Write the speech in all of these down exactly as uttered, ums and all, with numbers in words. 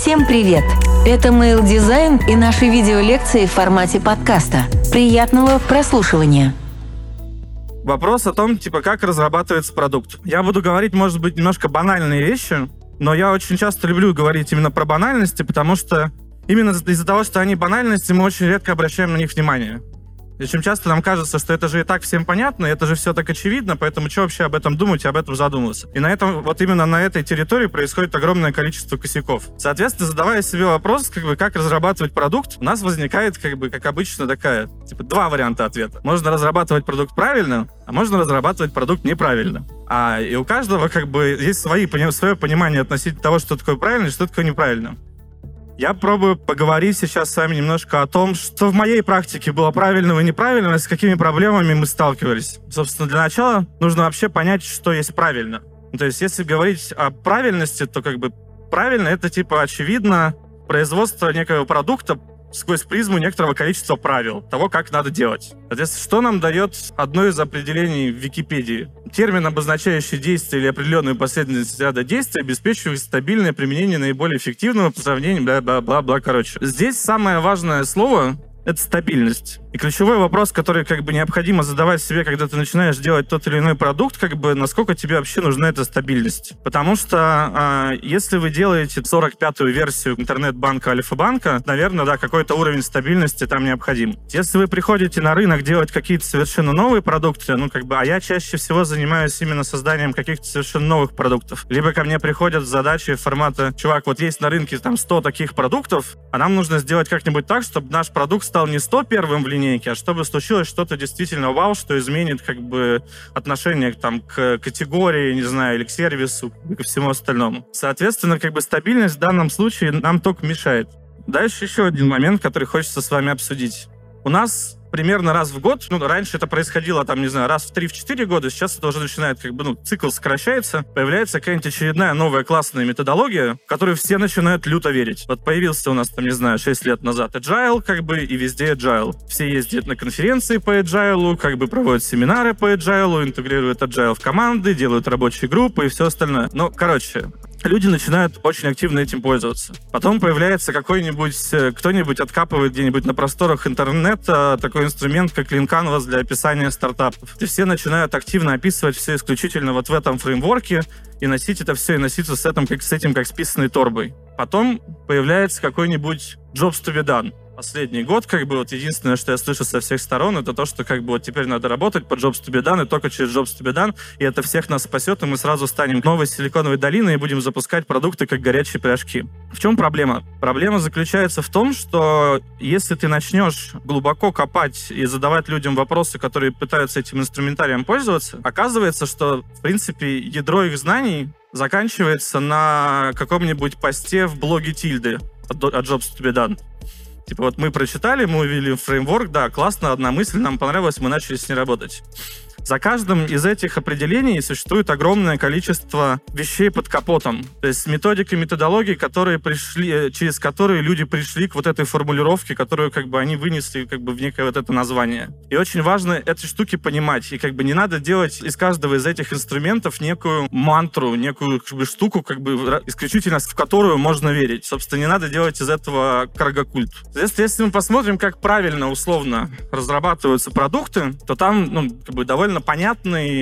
Всем привет! Это Mail Design и наши видеолекции в формате подкаста. Приятного прослушивания! Вопрос о том, типа, как разрабатывается продукт. Я буду говорить, может быть, немножко банальные вещи, но я очень часто люблю говорить именно про банальности, потому что именно из-за того, что они банальности, мы очень редко обращаем на них внимание. И чем часто нам кажется, что это же и так всем понятно, это же все так очевидно, поэтому что вообще об этом думать и об этом задумываться? И на этом, вот именно на этой территории происходит огромное количество косяков. Соответственно, задавая себе вопрос, как бы, как разрабатывать продукт, у нас возникает, как бы, как обычно, такая, типа, два варианта ответа. Можно разрабатывать продукт правильно, а можно разрабатывать продукт неправильно. А, и у каждого, как бы, есть свои, свое понимание относительно того, что такое правильно и что такое неправильно. Я пробую поговорить сейчас с вами немножко о том, что в моей практике было правильным и неправильным, и с какими проблемами мы сталкивались. Собственно, для начала нужно вообще понять, что есть правильно. То есть, если говорить о правильности, то как бы правильно — это типа очевидно производство некого продукта сквозь призму некоторого количества правил того, как надо делать. Соответственно, что нам дает одно из определений в Википедии? Термин, обозначающий действие или определенную последовательность ряда действий, обеспечивает стабильное применение наиболее эффективного по сравнению бла-бла-бла-бла, короче. Здесь самое важное слово — это стабильность. И ключевой вопрос, который как бы необходимо задавать себе, когда ты начинаешь делать тот или иной продукт, как бы насколько тебе вообще нужна эта стабильность. Потому что э, если вы делаете сорок пятую версию интернет-банка Альфа-банка, наверное, да, какой-то уровень стабильности там необходим. Если вы приходите на рынок делать какие-то совершенно новые продукты, ну как бы, а я чаще всего занимаюсь именно созданием каких-то совершенно новых продуктов. Либо ко мне приходят задачи формата: чувак, вот есть на рынке там сто таких продуктов, а нам нужно сделать как-нибудь так, чтобы наш продукт стал не сто первым в линейке, а чтобы случилось что-то действительно вау, что изменит как бы отношение там, к категории, не знаю, или к сервису, и ко всему остальному. Соответственно, как бы стабильность в данном случае нам только мешает. Дальше еще один момент, который хочется с вами обсудить. У нас примерно раз в год, ну, раньше это происходило, там, не знаю, раз в три-четыре года, сейчас это уже начинает, как бы, ну, цикл сокращается, появляется какая-нибудь очередная новая классная методология, в которую все начинают люто верить. Вот появился у нас, там, не знаю, шесть лет назад Agile, как бы, и везде Agile. Все ездят на конференции по Agile, как бы проводят семинары по Agile, интегрируют Agile в команды, делают рабочие группы и все остальное. Ну, короче, люди начинают очень активно этим пользоваться. Потом появляется какой-нибудь, кто-нибудь откапывает где-нибудь на просторах интернета такой инструмент, как Lean Canvas для описания стартапов. И все начинают активно описывать все исключительно вот в этом фреймворке и носить это все, и носиться с этим как, с этим как с писаной торбой. Потом появляется какой-нибудь Jobs to be done. Последний год, как бы, вот единственное, что я слышу со всех сторон, это то, что, как бы, вот теперь надо работать по Jobs to be done, и только через Jobs to be done, и это всех нас спасет, и мы сразу станем новой силиконовой долиной и будем запускать продукты, как горячие пирожки. В чем проблема? Проблема заключается в том, что если ты начнешь глубоко копать и задавать людям вопросы, которые пытаются этим инструментарием пользоваться, оказывается, что, в принципе, ядро их знаний заканчивается на каком-нибудь посте в блоге Тильды от Jobs to be done. Типа вот мы прочитали, мы увидели фреймворк, да, классно, одна мысль нам понравилась, мы начали с ней работать. За каждым из этих определений существует огромное количество вещей под капотом. То есть методики, методологии, которые пришли, через которые люди пришли к вот этой формулировке, которую как бы они вынесли как бы в некое вот это название. И очень важно эти штуки понимать. И как бы не надо делать из каждого из этих инструментов некую мантру, некую как бы, штуку, как бы исключительно в которую можно верить. Собственно, не надо делать из этого каргокульт. Соответственно, если мы посмотрим, как правильно, условно разрабатываются продукты, то там, ну, как бы довольно понятный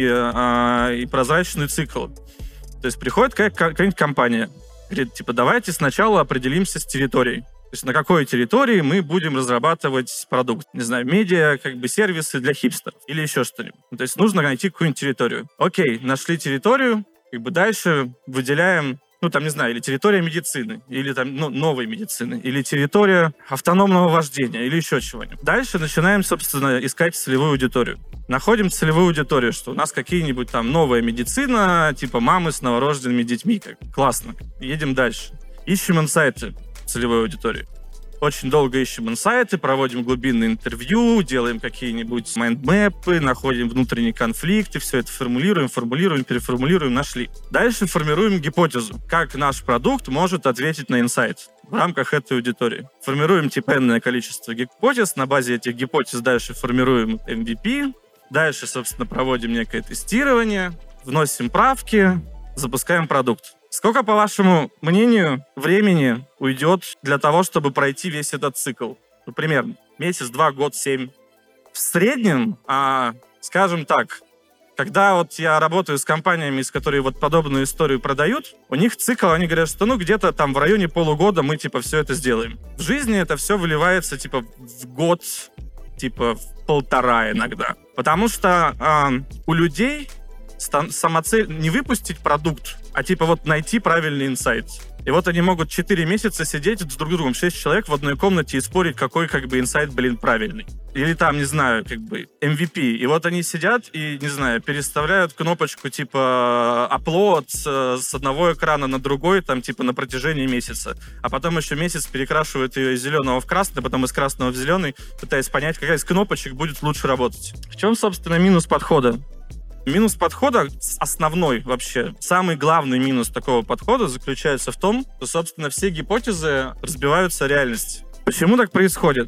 э, и прозрачный цикл. То есть приходит какая-нибудь компания, говорит, типа, давайте сначала определимся с территорией. То есть на какой территории мы будем разрабатывать продукт. Не знаю, медиа, как бы сервисы для хипстеров или еще что-нибудь. То есть нужно найти какую-нибудь территорию. Окей, нашли территорию, как бы дальше выделяем, ну, там, не знаю, или территория медицины, или там, ну, новой медицины, или территория автономного вождения, или еще чего-нибудь. Дальше начинаем, собственно, искать целевую аудиторию. Находим целевую аудиторию, что у нас какие-нибудь там новая медицина, типа мамы с новорожденными детьми. Как, классно. Едем дальше. Ищем инсайты целевой аудитории. Очень долго ищем инсайты, проводим глубинные интервью, делаем какие-нибудь майндмэпы, находим внутренний конфликт, и все это формулируем, формулируем, переформулируем, нашли. Дальше формируем гипотезу, как наш продукт может ответить на инсайт в рамках этой аудитории. Формируем типа энное количество гипотез, на базе этих гипотез дальше формируем эм ви пи, дальше, собственно, проводим некое тестирование, вносим правки, запускаем продукт. Сколько, по вашему мнению, времени уйдет для того, чтобы пройти весь этот цикл? Ну, примерно месяц, два, год, семь. В среднем, а, скажем так, когда вот я работаю с компаниями, с которыми вот подобную историю продают, у них цикл, они говорят, что ну где-то там в районе полугода мы типа все это сделаем. В жизни это все выливается типа в год, типа в полтора иногда. Потому что э, у людей самоцель не выпустить продукт, а типа вот найти правильный инсайт. И вот они могут четыре месяца сидеть с друг другом, шесть человек в одной комнате и спорить, какой как бы инсайт, блин, правильный. Или там, не знаю, как бы эм ви пи. И вот они сидят и, не знаю, переставляют кнопочку типа upload с одного экрана на другой, там типа на протяжении месяца. А потом еще месяц перекрашивают ее из зеленого в красный, потом из красного в зеленый, пытаясь понять, какая из кнопочек будет лучше работать. В чем, собственно, минус подхода? Минус подхода, основной вообще, самый главный минус такого подхода заключается в том, что, собственно, все гипотезы разбиваются о реальность. Почему так происходит?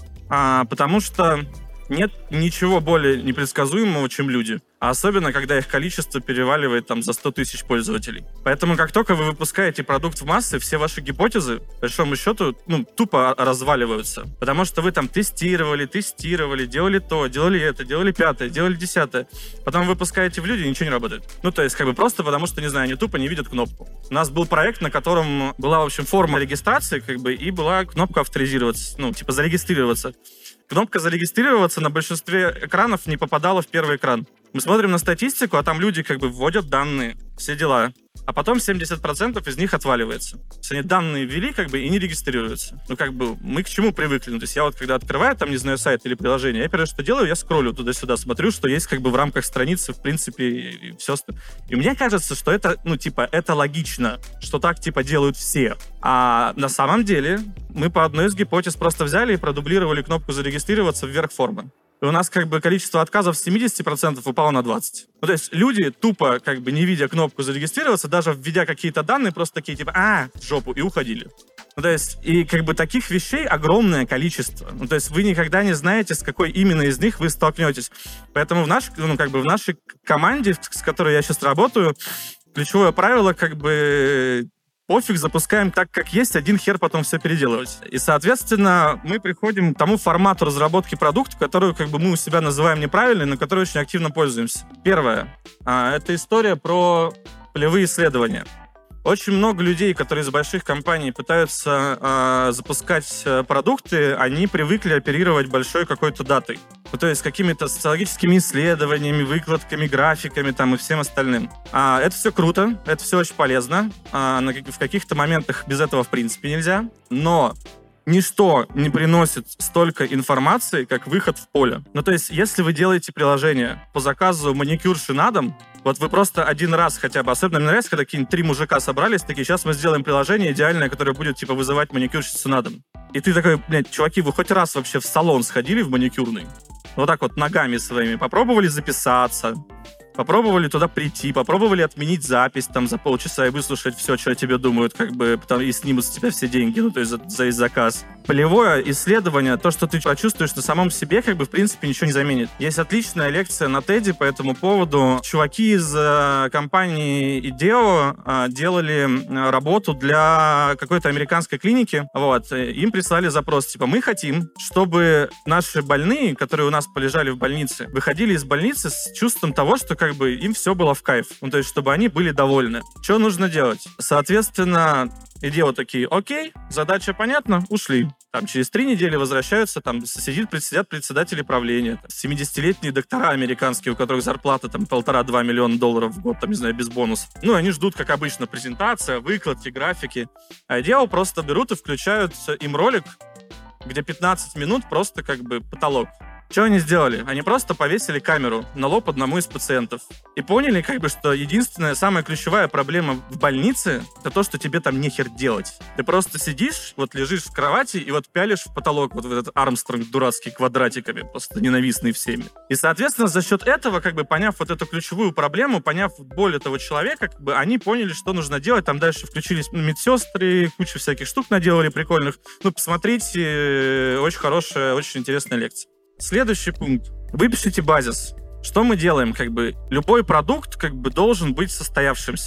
А, потому что нет ничего более непредсказуемого, чем люди. А особенно, когда их количество переваливает там за сто тысяч пользователей. Поэтому, как только вы выпускаете продукт в массы, все ваши гипотезы, по большому счету, ну, тупо разваливаются. Потому что вы там тестировали, тестировали, делали то, делали это, делали пятое, делали десятое. Потом выпускаете в люди, и ничего не работает. Ну, то есть, как бы просто потому, что, не знаю, они тупо не видят кнопку. У нас был проект, на котором была, в общем, форма регистрации, как бы, и была кнопка авторизироваться, ну, типа зарегистрироваться. Кнопка «Зарегистрироваться» на большинстве экранов не попадала в первый экран. Мы смотрим на статистику, а там люди как бы вводят данные, все дела. А потом семьдесят процентов из них отваливается. То есть они данные ввели как бы и не регистрируются. Ну как бы мы к чему привыкли? Ну, то есть я вот когда открываю там, не знаю, сайт или приложение, я первое, что делаю, я скроллю туда-сюда, смотрю, что есть как бы в рамках страницы, в принципе, и все. И мне кажется, что это, ну типа, это логично, что так типа делают все. А на самом деле мы по одной из гипотез просто взяли и продублировали кнопку «Зарегистрироваться» вверх формы. И у нас как бы количество отказов с семьдесят процентов упало на двадцать процентов. Ну, то есть люди тупо, как бы не видя кнопку «Зарегистрироваться», даже введя какие-то данные, просто такие типа «а, в жопу» и уходили. Ну, то есть, и как бы таких вещей огромное количество. Ну, то есть вы никогда не знаете, с какой именно из них вы столкнетесь. Поэтому в, наш, ну, как бы в нашей команде, с которой я сейчас работаю, ключевое правило как бы... пофиг, запускаем так, как есть, один хер потом все переделывать. И, соответственно, мы приходим к тому формату разработки продукта, которую как бы мы у себя называем неправильной, но которой очень активно пользуемся. Первое. Это история про полевые исследования. Очень много людей, которые из больших компаний пытаются э, запускать продукты, они привыкли оперировать большой какой-то датой. Ну, то есть какими-то социологическими исследованиями, выкладками, графиками там, и всем остальным. А, это все круто, это все очень полезно. А, на, в каких-то моментах без этого в принципе нельзя. Но ничто не приносит столько информации, как выход в поле. Ну, то есть, если вы делаете приложение по заказу маникюрши на дом, вот вы просто один раз хотя бы, особенно мне нравится, когда какие-нибудь три мужика собрались, такие, сейчас мы сделаем приложение идеальное, которое будет, типа, вызывать маникюрщицу на дом. И ты такой, блядь, чуваки, вы хоть раз вообще в салон сходили в маникюрный? Вот так вот ногами своими попробовали записаться, попробовали туда прийти, попробовали отменить запись там за полчаса и выслушать все, что о тебе думают, как бы, потом и снимут с тебя все деньги, ну, то есть за, за заказ. Полевое исследование, то, что ты почувствуешь на самом себе, как бы, в принципе, ничего не заменит. Есть отличная лекция на TED по этому поводу. Чуваки из э, компании идео э, делали работу для какой-то американской клиники, вот, им прислали запрос, типа, мы хотим, чтобы наши больные, которые у нас полежали в больнице, выходили из больницы с чувством того, что как бы им все было в кайф. Ну, то есть, чтобы они были довольны. Что нужно делать? Соответственно, идеи такие, окей, задача понятна, ушли. Там через три недели возвращаются, там сидят, сидят председатели правления, там, семидесятилетние доктора американские, у которых зарплата там полтора-два миллиона долларов в год, там, не знаю, без бонусов. Ну, они ждут, как обычно, презентация, выкладки, графики. А идео просто берут и включают им ролик, где пятнадцать минут просто как бы потолок. Что они сделали? Они просто повесили камеру на лоб одному из пациентов. И поняли, как бы, что единственная, самая ключевая проблема в больнице — это то, что тебе там нехер делать. Ты просто сидишь, вот лежишь в кровати и вот пялишь в потолок, вот в этот Армстронг дурацкий квадратиками, просто ненавистный всеми. И, соответственно, за счет этого, как бы, поняв вот эту ключевую проблему, поняв боль этого человека, как бы, они поняли, что нужно делать. Там дальше включились ну, медсестры, кучу всяких штук наделали прикольных. Ну, посмотрите, очень хорошая, очень интересная лекция. Следующий пункт. Выпишите базис. Что мы делаем? Как бы любой продукт как бы должен быть состоявшимся.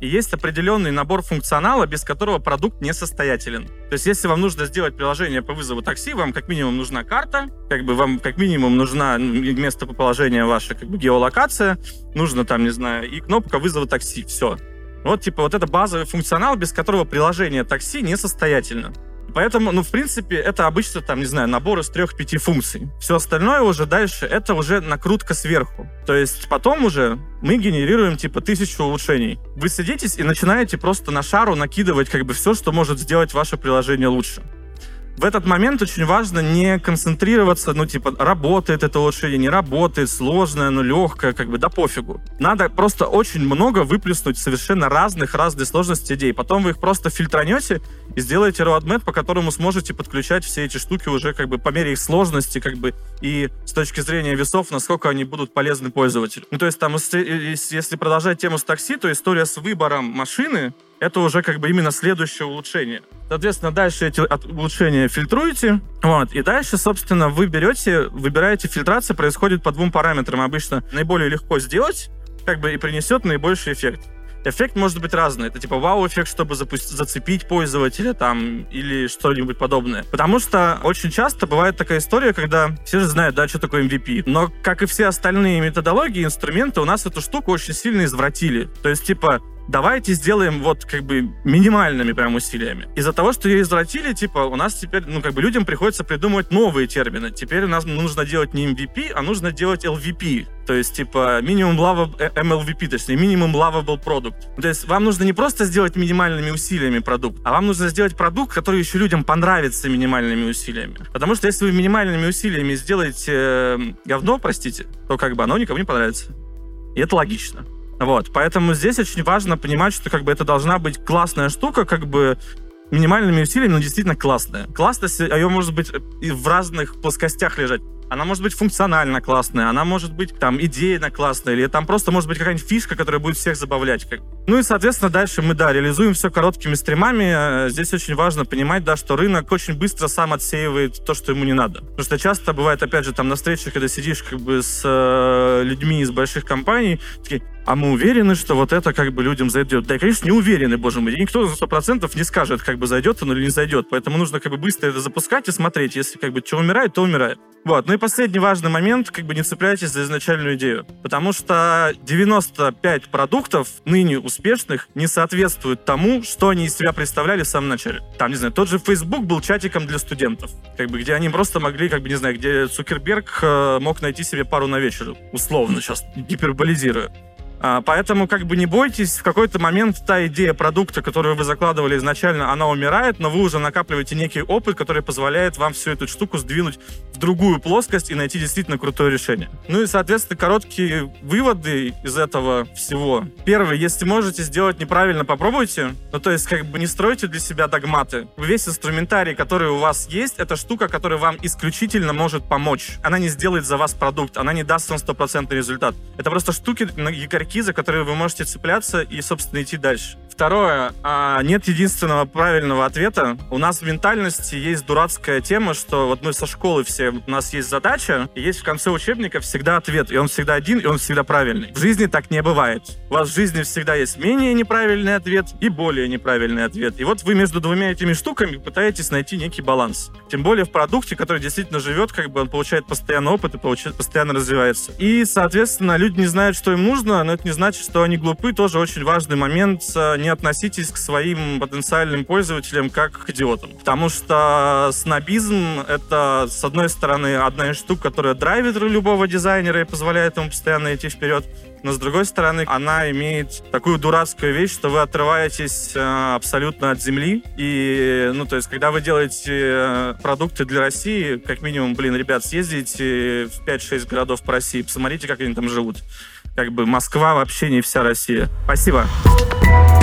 и есть определенный набор функционала, без которого продукт несостоятелен. То есть, если вам нужно сделать приложение по вызову такси, вам как минимум нужна карта, как бы вам как минимум нужна место положения ваша, как бы геолокация, нужно там, не знаю, и кнопка вызова такси. Все. Вот, типа, вот это базовый функционал, без которого приложение такси несостоятельно. Поэтому, ну, в принципе, это обычно, там, не знаю, набор из трех-пяти функций. Все остальное уже дальше, это уже накрутка сверху. То есть потом уже мы генерируем, типа, тысячу улучшений. Вы садитесь и начинаете просто на шару накидывать, как бы, все, что может сделать ваше приложение лучше. В этот момент очень важно не концентрироваться, ну, типа, работает это улучшение, не работает, сложное, но легкое, как бы, да пофигу. Надо просто очень много выплеснуть совершенно разных, разной сложности идей. Потом вы их просто фильтранете и сделаете roadmap, по которому сможете подключать все эти штуки уже, как бы, по мере их сложности, как бы, и с точки зрения весов, насколько они будут полезны пользователю. Ну, то есть, там, если, если продолжать тему с такси, то история с выбором машины — это уже, как бы, именно следующее улучшение. Соответственно, дальше эти улучшения фильтруете, вот, и дальше, собственно, вы берете, выбираете, фильтрация происходит по двум параметрам. Обычно наиболее легко сделать, как бы, и принесет наибольший эффект. Эффект может быть разный. Это типа вау-эффект, чтобы запустить, зацепить пользователя там, или что-нибудь подобное. Потому что очень часто бывает такая история, когда все же знают, да, что такое эм ви пи. Но, как и все остальные методологии, инструменты, у нас эту штуку очень сильно извратили. То есть, типа, давайте сделаем вот, как бы, минимальными прям усилиями. Из-за того, что ее извратили, типа, у нас теперь, ну, как бы, людям приходится придумывать новые термины. Теперь у нас нужно делать не эм ви пи, а нужно делать эл ви пи. То есть, типа, минимум lovable, эм эл ви пи, точнее, минимум lovable product. То есть, вам нужно не просто сделать минимальными усилиями продукт, а вам нужно сделать продукт, который еще людям понравится минимальными усилиями. Потому что если вы минимальными усилиями сделаете э, говно, простите, то, как бы, оно никому не понравится. И это логично. Вот, поэтому здесь очень важно понимать, что, как бы, это должна быть классная штука, как бы, минимальными усилиями, но действительно классная. Классность, ее может быть и в разных плоскостях лежать. Она может быть функционально классная, она может быть там идейно классная, или там просто может быть какая-нибудь фишка, которая будет всех забавлять. Как... Ну и, соответственно, дальше мы, да, реализуем все короткими стримами. Здесь очень важно понимать, да, что рынок очень быстро сам отсеивает то, что ему не надо. Потому что часто бывает, опять же, там на встречах, когда сидишь как бы с э, людьми из больших компаний, такие: а мы уверены, что вот это, как бы, людям зайдет? Да, и, конечно, не уверены, боже мой. И никто за сто процентов не скажет, как бы, зайдет он или не зайдет. Поэтому нужно, как бы, быстро это запускать и смотреть. Если, как бы, что умирает, то умирает. Вот. Ну и последний важный момент, как бы, не цепляйтесь за изначальную идею. Потому что девяносто пять продуктов ныне успешных не соответствуют тому, что они из себя представляли в самом начале. Там, не знаю, тот же Facebook был чатиком для студентов. Как бы, где они просто могли, как бы, не знаю, где Цукерберг э, мог найти себе пару на вечер. Условно, сейчас гиперболизирую. Поэтому, как бы, не бойтесь, в какой-то момент та идея продукта, которую вы закладывали изначально, она умирает, но вы уже накапливаете некий опыт, который позволяет вам всю эту штуку сдвинуть в другую плоскость и найти действительно крутое решение. Ну и, соответственно, короткие выводы из этого всего. Первый: если можете сделать неправильно, попробуйте. Ну, то есть, как бы, не стройте для себя догматы. Весь инструментарий, который у вас есть, это штука, которая вам исключительно может помочь. Она не сделает за вас продукт, она не даст вам стопроцентный результат. Это просто штуки, якорьки, за которые вы можете цепляться и, собственно, идти дальше. Второе. А, нет единственного правильного ответа. У нас в ментальности есть дурацкая тема, что вот мы со школы все, у нас есть задача, и есть в конце учебника всегда ответ, и он всегда один, и он всегда правильный. В жизни так не бывает. У вас в жизни всегда есть менее неправильный ответ и более неправильный ответ. И вот вы между двумя этими штуками пытаетесь найти некий баланс. Тем более в продукте, который действительно живет, как бы, он получает постоянно опыт и получает, постоянно развивается. И, соответственно, люди не знают, что им нужно, но это не значит, что они глупы. Тоже очень важный момент. Не относитесь к своим потенциальным пользователям как к идиотам. Потому что снобизм — это, с одной стороны, одна из штук, которая драйвит любого дизайнера и позволяет ему постоянно идти вперед. Но, с другой стороны, она имеет такую дурацкую вещь, что вы отрываетесь э, абсолютно от земли. И, ну, то есть, когда вы делаете э, продукты для России, как минимум, блин, ребят, съездите в пять-шесть городов по России, посмотрите, как они там живут. Как бы Москва вообще не вся Россия. Спасибо.